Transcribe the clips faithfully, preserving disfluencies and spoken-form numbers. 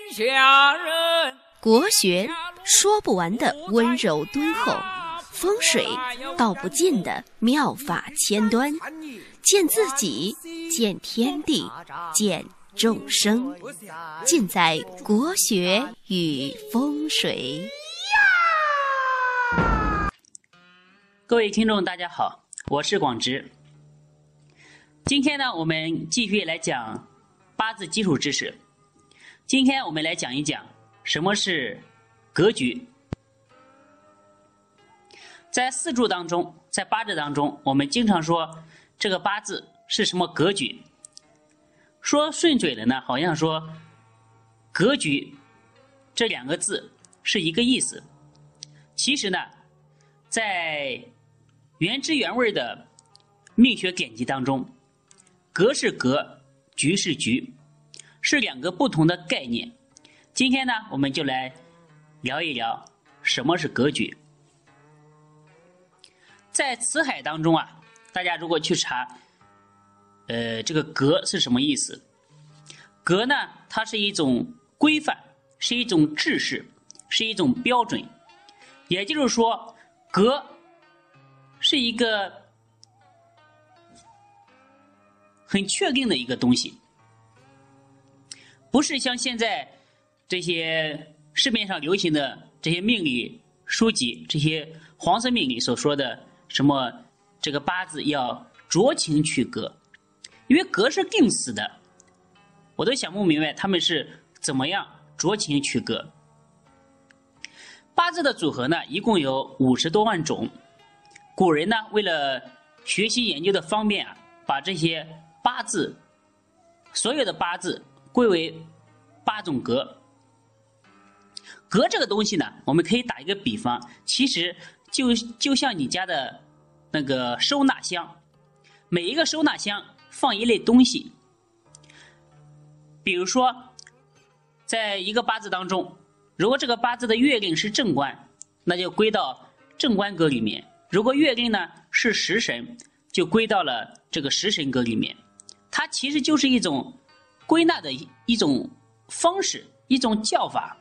下人。 国学说不完的温柔敦厚，风水道不尽的妙法千端，见自己，见天地，见众生，尽在国学与风水。 各位听众大家好，我是广直。今天呢，我们继续来讲八字基础知识。今天我们来讲一讲什么是格局。在四柱当中，在八字当中，我们经常说这个八字是什么格局。说顺嘴了呢，好像说格局这两个字是一个意思。其实呢，在原汁原味的命学典籍当中，格是格，局是局，是两个不同的概念。今天呢，我们就来聊一聊什么是格局。在辞海当中啊，大家如果去查呃，这个格是什么意思？格呢，它是一种规范，是一种制式，是一种标准。也就是说，格是一个很确定的一个东西，不是像现在这些市面上流行的这些命理书籍，这些黄色命理所说的什么这个八字要酌情取格，因为格是定死的，我都想不明白他们是怎么样酌情取格。八字的组合呢，一共有五十多万种。古人呢，为了学习研究的方便啊，把这些八字，所有的八字归为八种格。格这个东西呢，我们可以打一个比方，其实就就像你家的那个收纳箱，每一个收纳箱放一类东西。比如说，在一个八字当中，如果这个八字的月令是正官，那就归到正官格里面；如果月令呢是食神，就归到了这个食神格里面。它其实就是一种归纳的一种方式，一种叫法。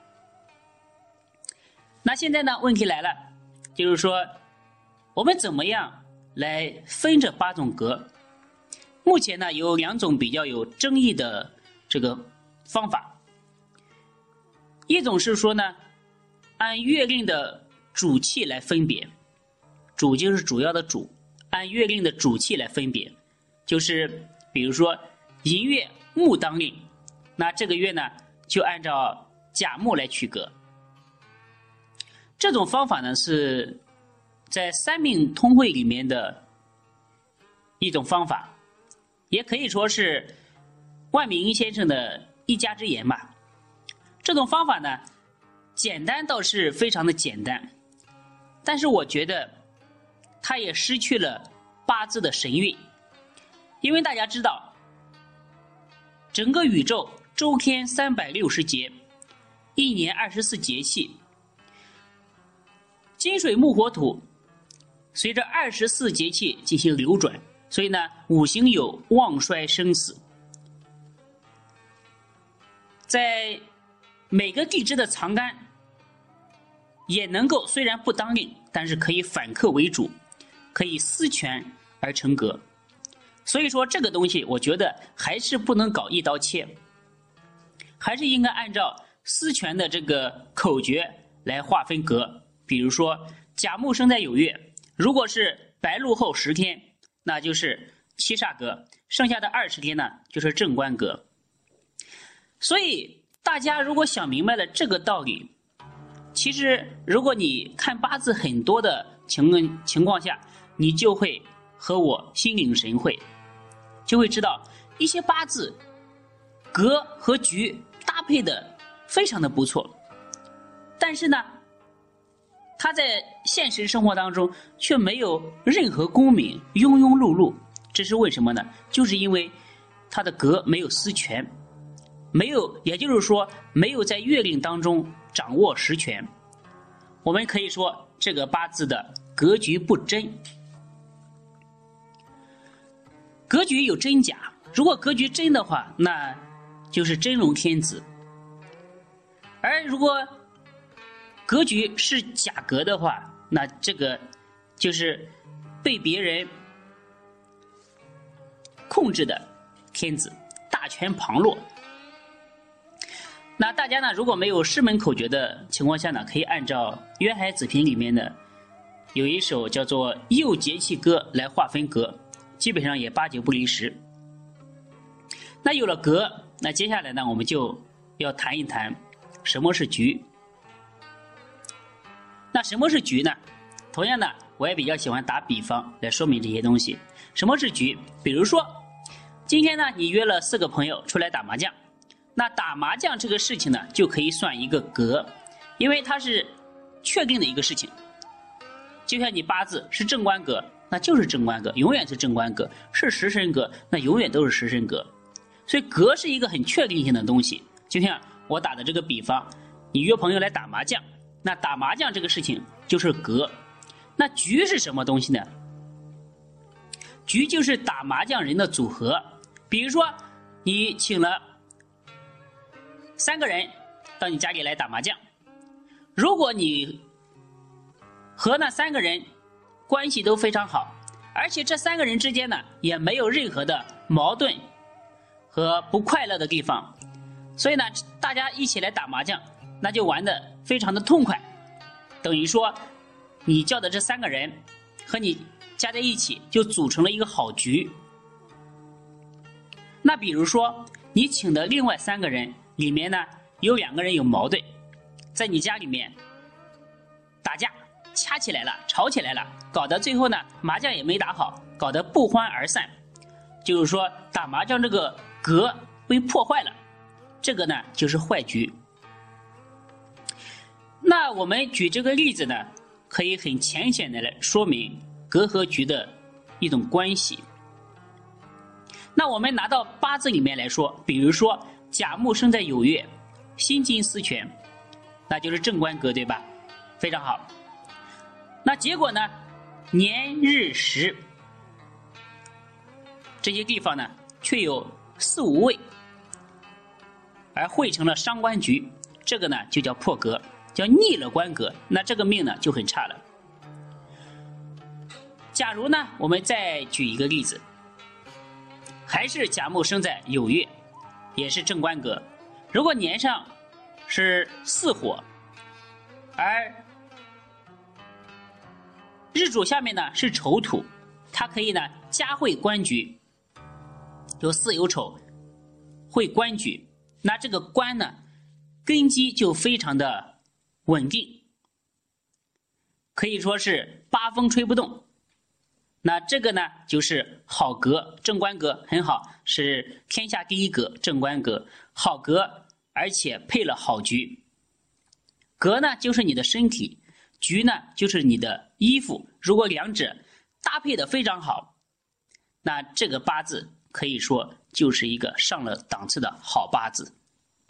那现在呢，问题来了，就是说我们怎么样来分这八种格？目前呢，有两种比较有争议的这个方法。一种是说呢，按月令的主气来分别，主就是主要的主，按月令的主气来分别，就是比如说寅月木当令，那这个月呢就按照甲木来取格。这种方法呢是在三命通会里面的一种方法，也可以说是万民先生的一家之言吧。这种方法呢，简单倒是非常的简单，但是我觉得它也失去了八字的神韵。因为大家知道，整个宇宙周天三百六十节，一年二十四节气，金水木火土随着二十四节气进行流转，所以呢，五行有旺衰生死。在每个地支的藏干也能够虽然不当令，但是可以反克为主，可以司权而成格。所以说这个东西我觉得还是不能搞一刀切，还是应该按照司权的这个口诀来划分格。比如说甲木生在酉月，如果是白露后十天，那就是七煞格，剩下的二十天呢就是正官格。所以大家如果想明白了这个道理，其实如果你看八字很多的情情况下，你就会和我心领神会，就会知道一些八字格和局搭配的非常的不错，但是呢，它在现实生活当中却没有任何功名，庸庸碌碌。这是为什么呢？就是因为它的格没有司权，没有，也就是说没有在月令当中掌握实权。我们可以说这个八字的格局不真。格局有真假，如果格局真的话，那就是真龙天子。 而如果格局是假格的话，那这个就是被别人控制的天子，大权旁落。那大家呢，如果没有师门口诀的情况下呢，可以按照《渊海子平》里面的有一首叫做《右节气歌》来划分格，基本上也八九不离十。那有了格，那接下来呢，我们就要谈一谈什么是局。那什么是局呢？同样呢，我也比较喜欢打比方来说明这些东西。什么是局？比如说，今天呢，你约了四个朋友出来打麻将，那打麻将这个事情呢，就可以算一个格，因为它是确定的一个事情。就像你八字是正官格，那就是正官格，永远是正官格；是食神格，那永远都是食神格。所以格是一个很确定性的东西。就像我打的这个比方，你约朋友来打麻将，那打麻将这个事情就是格。那局是什么东西呢？局就是打麻将人的组合。比如说你请了三个人到你家里来打麻将，如果你和那三个人关系都非常好，而且这三个人之间呢也没有任何的矛盾和不快乐的地方，所以呢大家一起来打麻将，那就玩得非常的痛快。等于说你叫的这三个人和你加在一起就组成了一个好局。那比如说你请的另外三个人里面呢有两个人有矛盾，在你家里面打架掐起来了，吵起来了，搞得最后呢麻将也没打好，搞得不欢而散，就是说打麻将这个格被破坏了，这个呢就是坏局。那我们举这个例子呢，可以很浅显的来说明格和局的一种关系。那我们拿到八字里面来说，比如说甲木生在酉月，辛金司权，那就是正官格，对吧？非常好。那结果呢，年日时这些地方呢却有四五位，而汇成了伤官局，这个呢就叫破格，叫逆了官格，那这个命呢就很差了。假如呢我们再举一个例子，还是甲木生在酉月，也是正官格，如果年上是巳火，而日主下面呢是丑土，它可以呢加会官局，有巳有丑会官局，那这个官呢根基就非常的稳定，可以说是八风吹不动。那这个呢就是好格，正官格很好，是天下第一格，正官格好格，而且配了好局。格呢就是你的身体，局呢就是你的衣服，如果两者搭配的非常好，那这个八字可以说就是一个上了档次的好八字。